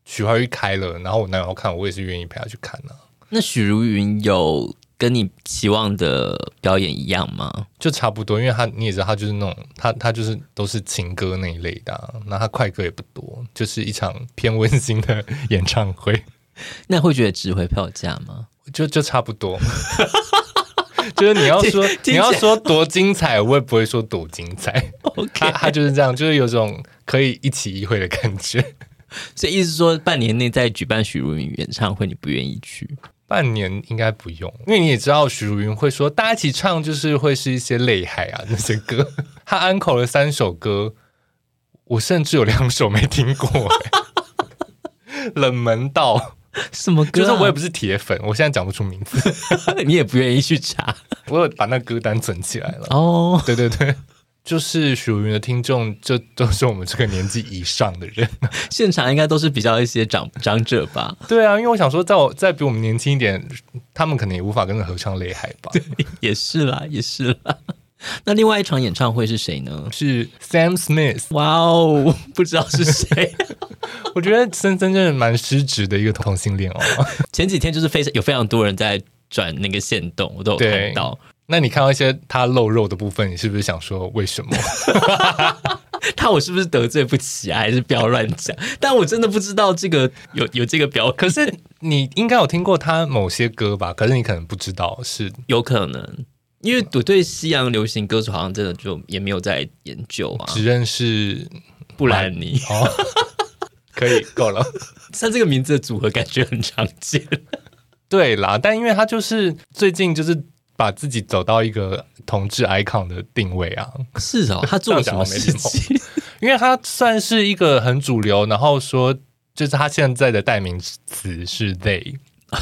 许怀玉开了，然后我男友要看，我也是愿意陪他去看啊。 那许茹芸有跟你期望的表演一样吗？ 就差不多，因为你也知道，他就是那种他就是都是情歌那一类的、啊，那他快歌也不多，就是一场偏温馨的演唱会。 那会觉得值回票价吗？ 就差不多。就是你要说多精彩，我也不会说多精彩。 OK， 他就是这样，就是有种可以一起一会的感觉。 所以意思是说，半年内再举办许茹芸演唱会，你不愿意去？ 半年应该不用，因为你也知道许茹芸会说大家一起唱，就是会是一些泪海啊那些歌。他安口了3首歌，我甚至有2首没听过、冷门到什么歌、啊？ 就是我也不是铁粉，我现在讲不出名字。 你也不愿意去查？ 我有把那歌单存起来了。 哦， 对对对。就是许茹芸的听众，就都是我们这个年纪以上的人， 现场应该都是比较一些长者吧？ 对啊，因为我想说再比我们年轻一点，他们可能也无法跟着合唱《泪海》吧？ 对，也是啦，也是啦。那另外一场演唱会是谁呢？ 是 Sam Smith。 哇哦，不知道是谁。 我觉得森森真的蛮失职的一个同性恋哦。 前几天就是有非常多人在转那个限动，我都有看到。 那你看到一些他露肉的部分，你是不是想说为什么？ 我是不是得罪不起啊？还是不要乱讲？但我真的不知道这个有这个表， 可是你应该有听过他某些歌吧？可是你可能不知道，是有可能，因为我对西洋流行歌手好像真的就也没有在研究啊， 只认识布兰妮。 哦，可以够了。 像这个名字的组合感觉很常见。 对啦，但因为他就是最近就是把自己走到一个同志 icon 的定位啊。 是哦，他做了什么事情？ 因为他算是一个很主流，然后说就是他现在的代名词是 they。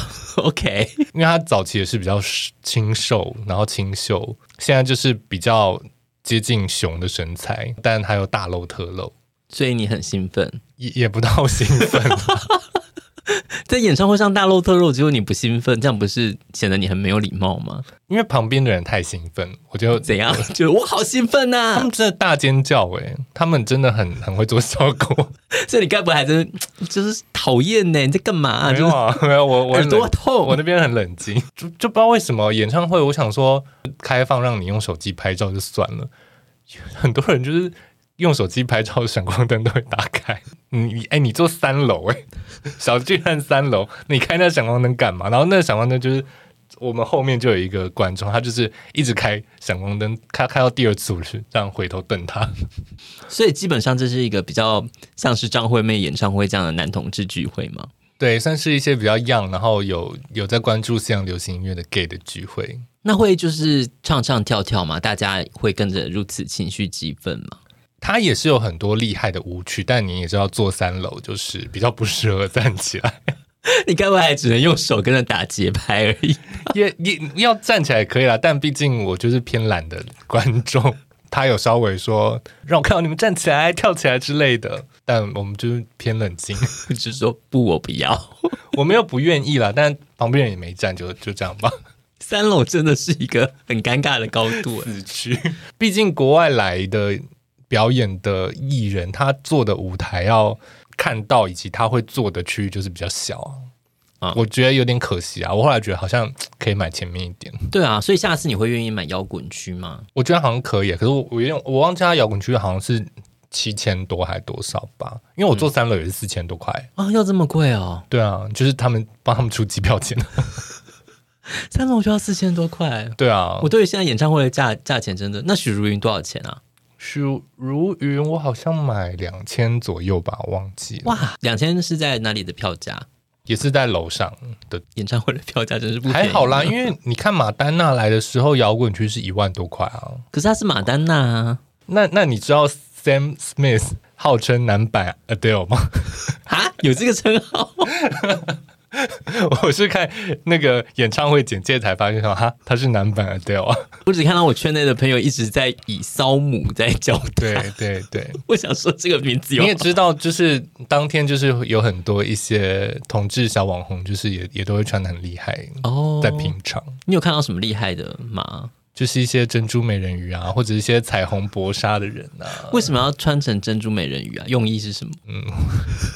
OK， 因为他早期也是比较清瘦，然后清秀，现在就是比较接近熊的身材，但还有大露特露， 所以你很兴奋？ 也不到兴奋。 在演唱会上大露特露，结果你不兴奋，这样不是显得你很没有礼貌吗？ 因为旁边的人太兴奋，我就怎样？觉得我好兴奋啊！ 他们真的大尖叫他们真的很会做效果。 所以你该不会还真就是讨厌呢？你在干嘛啊？ 没有啊，没有，我耳朵痛， 我那边很冷静，就不知道为什么演唱会，我想说开放让你用手机拍照就算了，很多人就是用手机拍照，闪光灯都会打开。你坐3楼小巨蛋3楼，你开那闪光灯干嘛？然后那个闪光灯就是我们后面就有一个观众，他就是一直开闪光灯，开到第2次我是这样回头瞪他。 所以基本上这是一个比较像是张惠妹演唱会这样的男同志聚会吗？ 对，算是一些比较 young， 然后有在关注西洋流行音乐的 gay 的聚会。 那会就是唱唱跳跳吗？大家会跟着如此情绪激愤吗？ 他也是有很多厉害的舞曲，但你也知道坐3楼就是比较不适合站起来。 你该不会还只能用手跟着打节拍而已？ 也要站起来可以啦，但毕竟我就是偏懒的观众。他有稍微说让我看到你们站起来跳起来之类的，但我们就是偏冷静， 就是说不，我不要。 我们又不愿意啦，但旁边人也没站，就这样吧。 3楼真的是一个很尴尬的高度， 死区。毕竟国外来的表演的艺人，他做的舞台要看到，以及他会做的区域就是比较小啊。我觉得有点可惜啊。我后来觉得好像可以买前面一点。 对啊，所以下次你会愿意买摇滚区吗？ 我觉得好像可以，可是我忘记他摇滚区好像是7000多还多少吧？因为我坐3楼也是4000多块啊，要这么贵哦？ 对啊，就是他们帮他们出机票钱。 3楼就要4000多块？ 对啊， 我对于现在演唱会的价钱真的，那许茹芸多少钱啊？ 许茹芸我好像买2000左右吧，忘记了。 哇，2000是在哪里的票价？ 也是在楼上的演唱会的票价，真是不便宜。 还好啦，因为你看马丹娜来的时候，摇滚区是1万多块啊。 可是他是马丹娜啊。 那你知道 Sam Smith 号称男版 Adele 吗？ 啊，有这个称号？ 我是看那个演唱会简介才发现说，他是男版 Adele 啊。 我只看到我圈内的朋友一直在以骚母在叫他。 对， 我想说这个名字有， 你也知道，就是当天就是有很多一些同志小网红，就是也都会穿得很厉害哦，在平常。 你有看到什么厉害的吗？ 就是一些珍珠美人鱼啊，或者一些彩虹薄纱的人啊。 为什么要穿成珍珠美人鱼啊？用意是什么？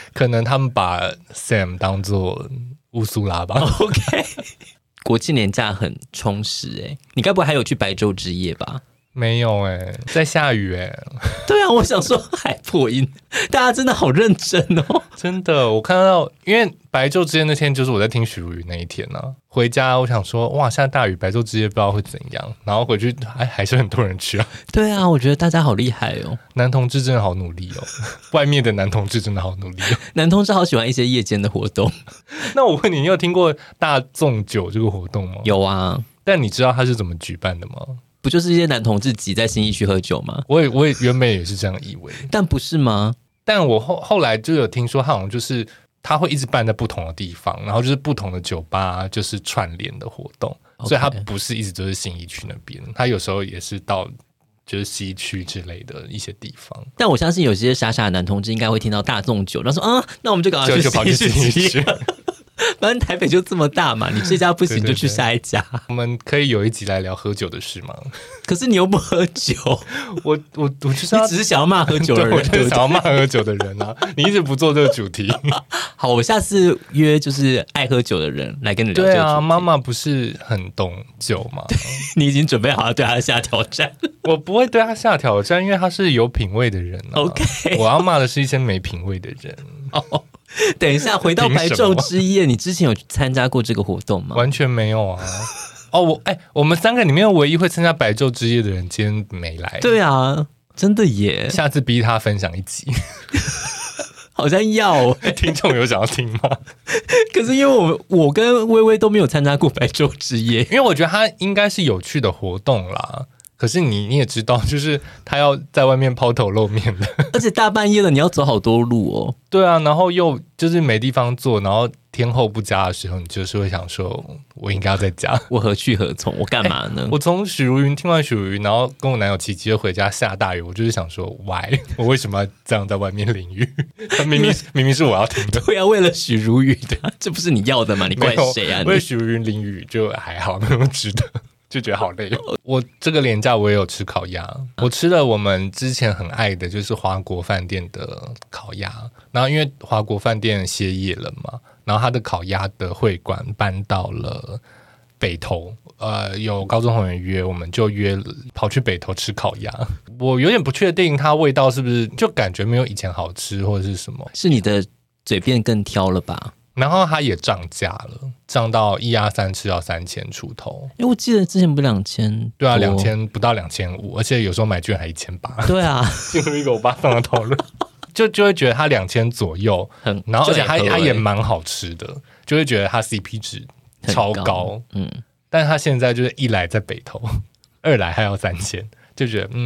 可能他们把 Sam 当做乌苏拉吧。 OK， 国庆连假很充实你该不会还有去白昼之夜吧？ 没有在下雨对啊，我想说还破音，大家真的好认真哦。 真的，我看到，因为白昼之夜那天就是我在听许茹芸那一天回家我想说哇，下大雨，白昼之夜不知道会怎样，然后回去还是很多人去啊。 对啊，我觉得大家好厉害哦， 男同志真的好努力外面的男同志真的好努力男同志好喜欢一些夜间的活动。 那我问你，你有听过大纵酒这个活动吗？ 有啊， 但你知道它是怎么举办的吗？ 不就是一些男同志挤在信义区喝酒吗？ 我也原本也是这样以为， 但不是吗？ 但我后来就有听说，他好像就是他会一直办在不同的地方，然后就是不同的酒吧就是串联的活动，所以他不是一直都是信义区那边，他有时候也是到就是西区之类的一些地方。 但我相信有些傻傻的男同志应该会听到大纵酒，然后说那我们就赶快去跑去信义区。 反正台北就这么大嘛，你这家不行就去下一家。 对对对，我们可以有一集来聊喝酒的事吗？ 可是你又不喝酒， 我就是你只是想要骂喝酒的人， 我就是想要骂喝酒的人啊！你一直不做这个主题。 好，我下次约就是爱喝酒的人来跟你聊这个主题。 对啊，妈妈不是很懂酒吗？ 你已经准备好要对他下挑战。 我不会对他下挑战，因为他是有品味的人 OK， 我要骂的是一些没品味的人。 等一下，回到白昼之夜，你之前有参加过这个活动吗？ 完全没有啊！我们三个里面唯一会参加白昼之夜的人今天没来。 对啊，真的耶！ 下次逼他分享一集， 好像要听众有想要听吗？ 可是因为我跟薇薇都没有参加过白昼之夜， 因为我觉得他应该是有趣的活动啦。可是你也知道，就是他要在外面抛头露面的， 而且大半夜的你要走好多路哦。 对啊，然后又就是没地方坐，然后天候不佳的时候，你就是会想说，我应该要在家， 我何去何从？我干嘛呢？ 我从许茹芸听完许茹芸，然后跟我男友骑机车回家，下大雨，我就是想说 ，why？ 我为什么要这样在外面淋雨？明明是我要听的。 对啊，为了许茹芸的，这不是你要的吗？你怪谁啊？ 为许茹芸淋雨就还好，没有值得。就觉得好累我这个连假我也有吃烤鸭，我吃了我们之前很爱的就是华国饭店的烤鸭，然后因为华国饭店歇业了嘛，然后他的烤鸭的会馆搬到了北投，有高中同学约，我们就跑去北投吃烤鸭。我有点不确定它味道是不是就感觉没有以前好吃或者是什么， 是你的嘴变更挑了吧？ 然后它也涨价了，涨到一鸭三吃要3000出头。 因为我记得之前不2000， 对啊，2000不到2500，而且有时候买券还1800。 对啊， 进入一个我爸放的讨论，就会觉得它2000左右，然后而且它也蛮好吃的，就会觉得它 CP 值超高。但是它现在就是一来在北投，二来还要3000，就觉得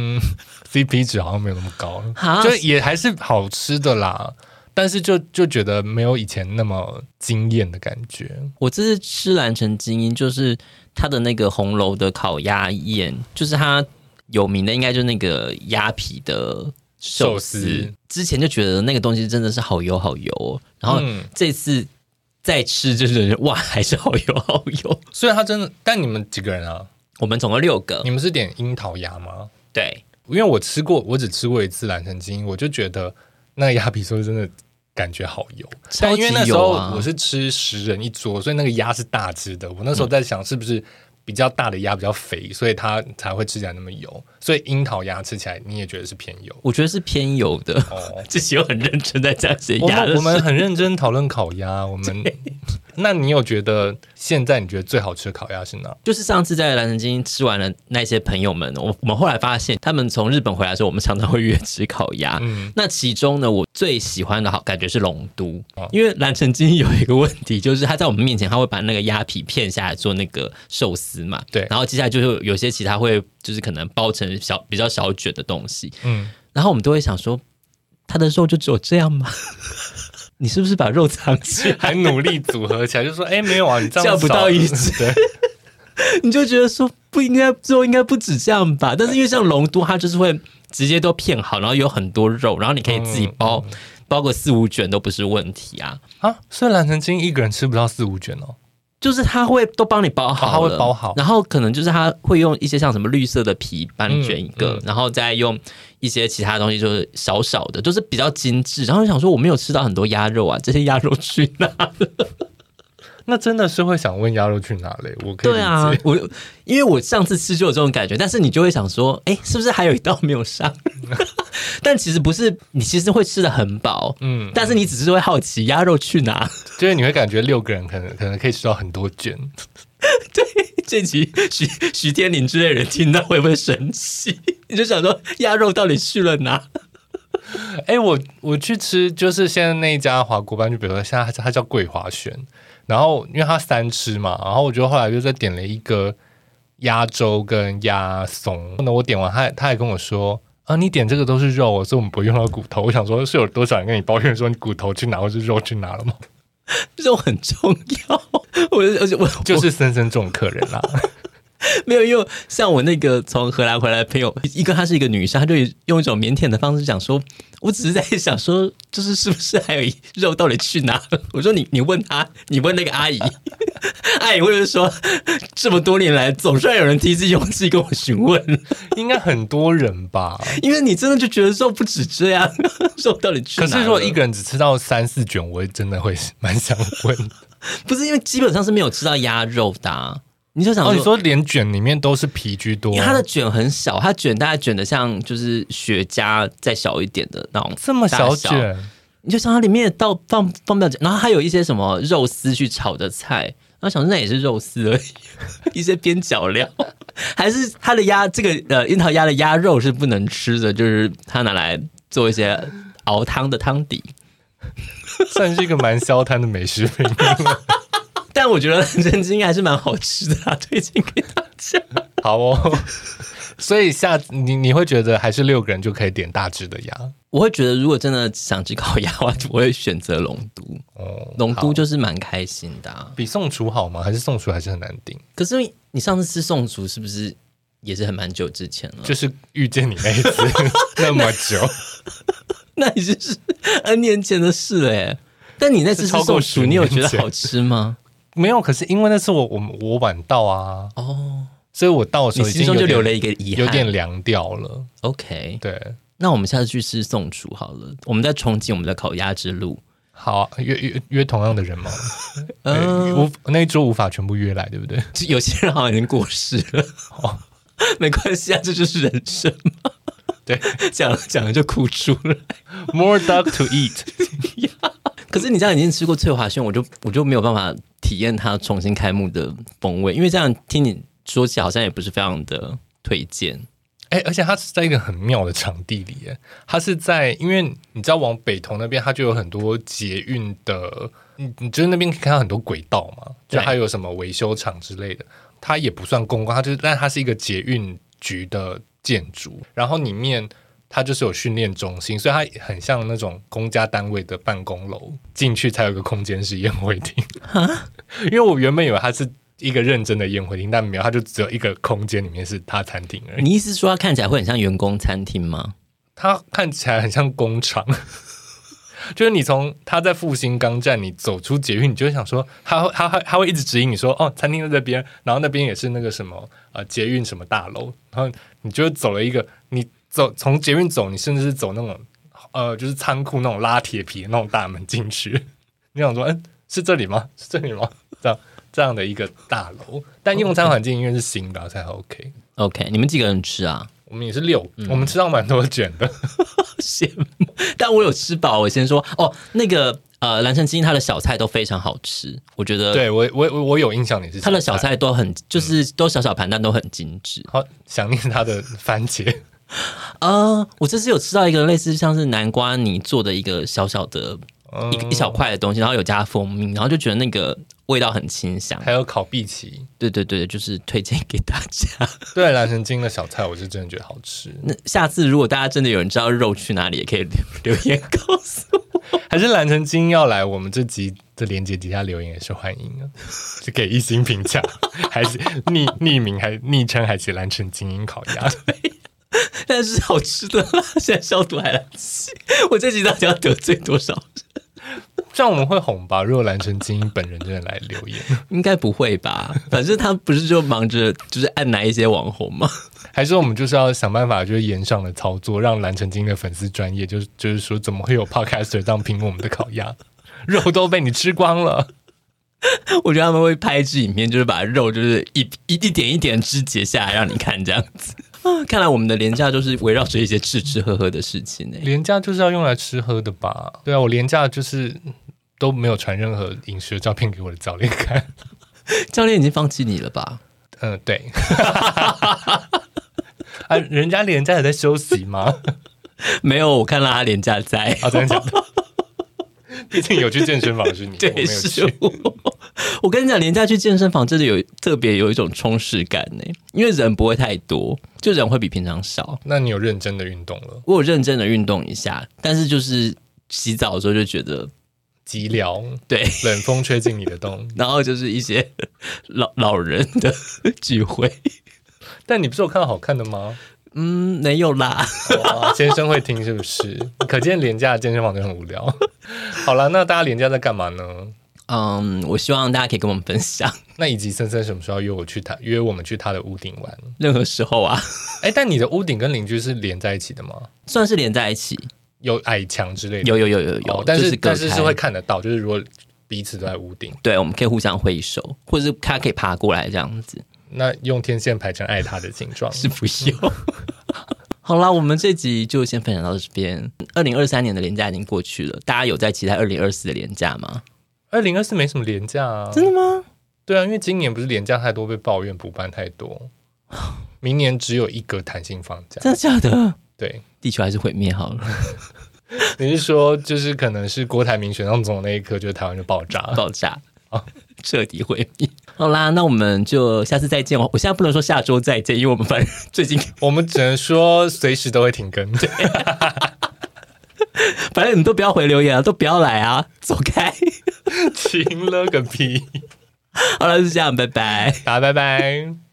CP 值好像没有那么高，就也还是好吃的啦。但是就觉得没有以前那么惊艳的感觉。 我这次吃蓝城精英，就是它的那个红楼的烤鸭宴，就是它有名的应该就是那个鸭皮的寿司。之前就觉得那个东西真的是好油好油哦，然后这次再吃就是哇，还是好油好油。 所以它真的，但你们几个人啊？ 我们总共6个。 你们是点樱桃鸭吗？ 对， 因为我只吃过一次蓝城精英，我就觉得那个鸭皮寿司真的感觉好油，但因为那时候我是吃10人一桌，所以那个鸭是大只的。我那时候在想，是不是比较大的鸭比较肥，所以它才会吃起来那么油。所以樱桃鸭吃起来你也觉得是偏油？ 我觉得是偏油的。这些我很认真在讲些鸭的事。 我们很认真讨论烤鸭。那你有觉得现在你觉得最好吃的烤鸭是哪？ 就是上次在蓝城精英吃完了那些朋友们，我们后来发现他们从日本回来的时候，我们常常会约吃烤鸭。那其中呢，我最喜欢的感觉是龙都，因为蓝城精英有一个问题，就是他在我们面前他会把那个鸭皮片下来做那个寿司嘛， 对， 然后接下来就是有些其他会就是可能包成比较小卷的东西，然后我们都会想说，他的肉就只有这样吗？你是不是把肉藏起来， 还努力组合起来？就说没有啊，你这样叫不到一只，你就觉得说不应该，肉应该不止这样吧？但是因为像龙都，它就是会直接都片好，然后有很多肉，然后你可以自己包个4-5卷都不是问题啊！ 所以蓝城精英一个人吃不到4-5卷哦。 就是他会都帮你包好了， 他会包好， 然后可能就是他会用一些像什么绿色的皮帮你卷一个，然后再用一些其他东西，就是少少的，就是比较精致。然后我想说，我没有吃到很多鸭肉啊，这些鸭肉去哪了？ 那真的是会想问鸭肉去哪嘞？我可以理解。 对啊，因为我上次吃就有这种感觉，但是你就会想说，哎，是不是还有一道没有上？但其实不是，你其实会吃得很饱，但是你只是会好奇鸭肉去哪， 就是你会感觉6个人可能可以吃到很多卷。 对，这集徐天林之类的人听到会不会生气？你就想说鸭肉到底去了哪？ 我去吃就是现在那一家华国班，就比如说现在它叫桂华轩，然后因为它3吃嘛，然后我就后来就再点了一个鸭粥跟鸭松。那我点完他还跟我说啊，你点这个都是肉，所以我们不会用到骨头。我想说是有多少人跟你抱怨说你骨头去哪或是肉去哪了吗？ 肉很重要，而且我就是森森这种客人啦。 没有，因为像我那个从荷兰回来的朋友，她是一个女生，她就用一种腼腆的方式讲说，我只是在想说，就是是不是还有肉到底去哪了？我说你问她，你问那个阿姨，阿姨会不会说，这么多年来总算有人提起勇气跟我询问？ 应该很多人吧， 因为你真的就觉得肉不止这样，肉到底去哪了？ 可是如果一个人只吃到3-4卷，我也真的会蛮想问。 不是因为基本上是没有吃到鸭肉的啊。你就想说， 你说连卷里面都是皮居多， 因为它的卷很小，它卷大概卷的像就是雪茄再小一点的那种， 这么小卷， 你就想它里面倒放不了，然后还有一些什么肉丝去炒的菜，然后想说那也是肉丝而已，一些边角料，还是它的鸭这个樱桃鸭的鸭肉是不能吃的，就是它拿来做一些熬汤的汤底， 算是一个蛮消摊的美食品。 但我觉得蓝城精还是蛮好吃的啊，推荐给大家。 好哦，所以你会觉得还是6个人就可以点大只的鸭？ 我会觉得如果真的想吃烤鸭的话，我会选择龙都。龙都就是蛮开心的啊。 比宋厨好吗？还是宋厨还是很难订？ 可是你上次吃宋厨是不是也是很蛮久之前了？ 就是遇见你那一次那么久， 那已经是 N 年前的事了耶。但你那次吃宋厨，你有觉得好吃吗？ 没有，可是因为那次我晚到啊，所以我到的时候已经就留了一个遗憾， 有点凉掉了。 OK， 对， 那我们下次去吃宋厨好了，我们再重启我们的烤鸭之路。 好啊，约同样的人吗？那一桌无法全部约来，对不对？ 有些人好像已经过世了，没关系啊，这就是人生嘛。 对， 讲了就哭出来。 More duck to eat 可是你这样已经吃过翠华轩，我就没有办法体验它重新开幕的风味，因为这样听你说起来好像也不是非常的推荐。 而且它是在一个很妙的场地里，它是在，因为你知道往北投那边，它就有很多捷运的，你就是那边可以看到很多轨道嘛，就还有什么维修厂之类的，它也不算公关，但它是一个捷运局的建筑，然后里面它就是有训练中心，所以它很像那种公家单位的办公楼，进去才有一个空间是宴会厅。因为我原本以为它是一个认真的宴会厅，但没有，它就只有一个空间，里面是它餐厅而已。 你意思说它看起来会很像员工餐厅吗？ 它看起来很像工厂。就是你从他在复兴港站，你走出捷运，你就会想说，他会一直指引你说，哦，餐厅在这边，然后那边也是那个什么捷运什么大楼，然后你就走了一个，你从捷运走，你甚至是走那种就是仓库那种拉铁皮的那种大门进去，你想说，是这里吗？是这里吗？这样的一个大楼，但用餐环境因为是新的才 OK。 你们几个人吃啊？ 我们也是6，我们吃到蛮多卷的， 羡慕。但我有吃饱。我先说那个蓝城精英它的小菜都非常好吃，我觉得。 对我有印象，你是它的小菜都很就是都小小盘，但都很精致。 好想念它的番茄。 我这次有吃到一个类似像是南瓜泥做的一个小小的一小块的东西，然后有加蜂蜜，然后就觉得那个味道很清香。还有烤碧琪， 对，就是推荐给大家。 对，蓝城精的小菜我是真的觉得好吃。 那下次如果大家真的有人知道肉去哪里，也可以留言告诉我。 还是蓝城精要来我们这集的连结底下留言也是欢迎啊，就给1星评价，还是匿名还昵称还是蓝城精英烤鸭。 但是好吃的啦，现在消毒还来得及。我这集到底要得罪多少人？ 这样我们会红吧？如果蓝城精英本人真的来留言， 应该不会吧？反正他不是就忙着就是按哪一些网红吗？ 还是我们就是要想办法，就是延上的操作，让蓝城精英的粉丝专业，就是说，怎么会有 podcaster 当评我们的烤鸭，肉都被你吃光了。 我觉得他们会拍一支影片，就是把肉就是一点一点肢解下来让你看这样子。看来我们的连假就是围绕着一些吃吃喝喝的事情呢。 连假就是要用来吃喝的吧？对啊，我连假就是都没有传任何饮食的照片给我的教练看。 教练已经放弃你了吧？ 对。啊，人家连假也在休息吗？ 没有，我看到他连假在。 啊，真的假的？毕竟有去健身房是你， 对， 我没有去。 是我跟你讲，连假去健身房真的有特别有一种充实感呢，因为人不会太多，就人会比平常少。 那你有认真的运动了？ 我有认真的运动一下，但是就是洗澡的时候就觉得寂寥， 对， 冷风吹进你的洞， 然后就是一些老人的聚会。 但你不是有看到好看的吗？ 没有啦。 哇，先生会听是不是？可见廉价的健身房就很无聊。好了，那大家廉价在干嘛呢？ 我希望大家可以跟我们分享。 那以及森森什么时候约我们去他的屋顶玩？ 任何时候啊。 但你的屋顶跟邻居是连在一起的吗？ 算是连在一起， 有矮墙之类的。 有， 但是就是是会看得到，就是如果彼此都在屋顶， 对，我们可以互相挥手，或者是他可以爬过来这样子。 那用天线排成爱他的形状是不用。好啦，我们这集就先分享到这边。2023年的连假已经过去了，大家有在期待2024的连假吗 ？2024没什么连假啊。 真的吗？ 对啊，因为今年不是连假太多，被抱怨补班太多，明年只有一个弹性放假。 真的假的？ 对， 地球还是毁灭好了。 你是说，就是可能是郭台铭选上总统那一刻，就是台湾就爆炸，彻底毁灭。好啦，那我们就下次再见。我现在不能说下周再见，因为我们反正最近我们只能说随时都会停更。 反正你们都不要回留言啊，都不要来啊，走开。 停了个屁！ 好了，就这样，拜拜， 大家拜拜。